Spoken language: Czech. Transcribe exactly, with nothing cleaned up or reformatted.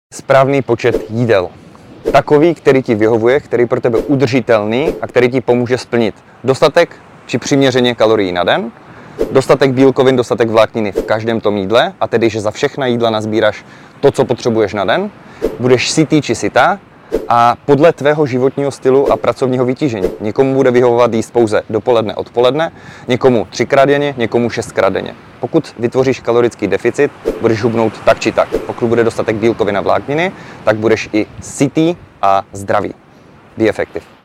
Správný počet jídel. Takový, který ti vyhovuje, který pro tebe udržitelný a který ti pomůže splnit dostatek či přiměřeně kalorií na den, dostatek bílkovin, dostatek vlákniny v každém tom jídle, a tedy, že za všechna jídla nazbíráš to, co potřebuješ na den, budeš sytý či sytá a podle tvého životního stylu a pracovního vytížení. Někomu bude vyhovovat jíst pouze dopoledne, odpoledne, někomu třikrát denně, někomu šestkrát denně. Pokud vytvoříš kalorický deficit, budeš hubnout tak či tak. Pokud bude dostatek bílkovin a vlákniny, tak budeš i sytý a zdravý. Be effective.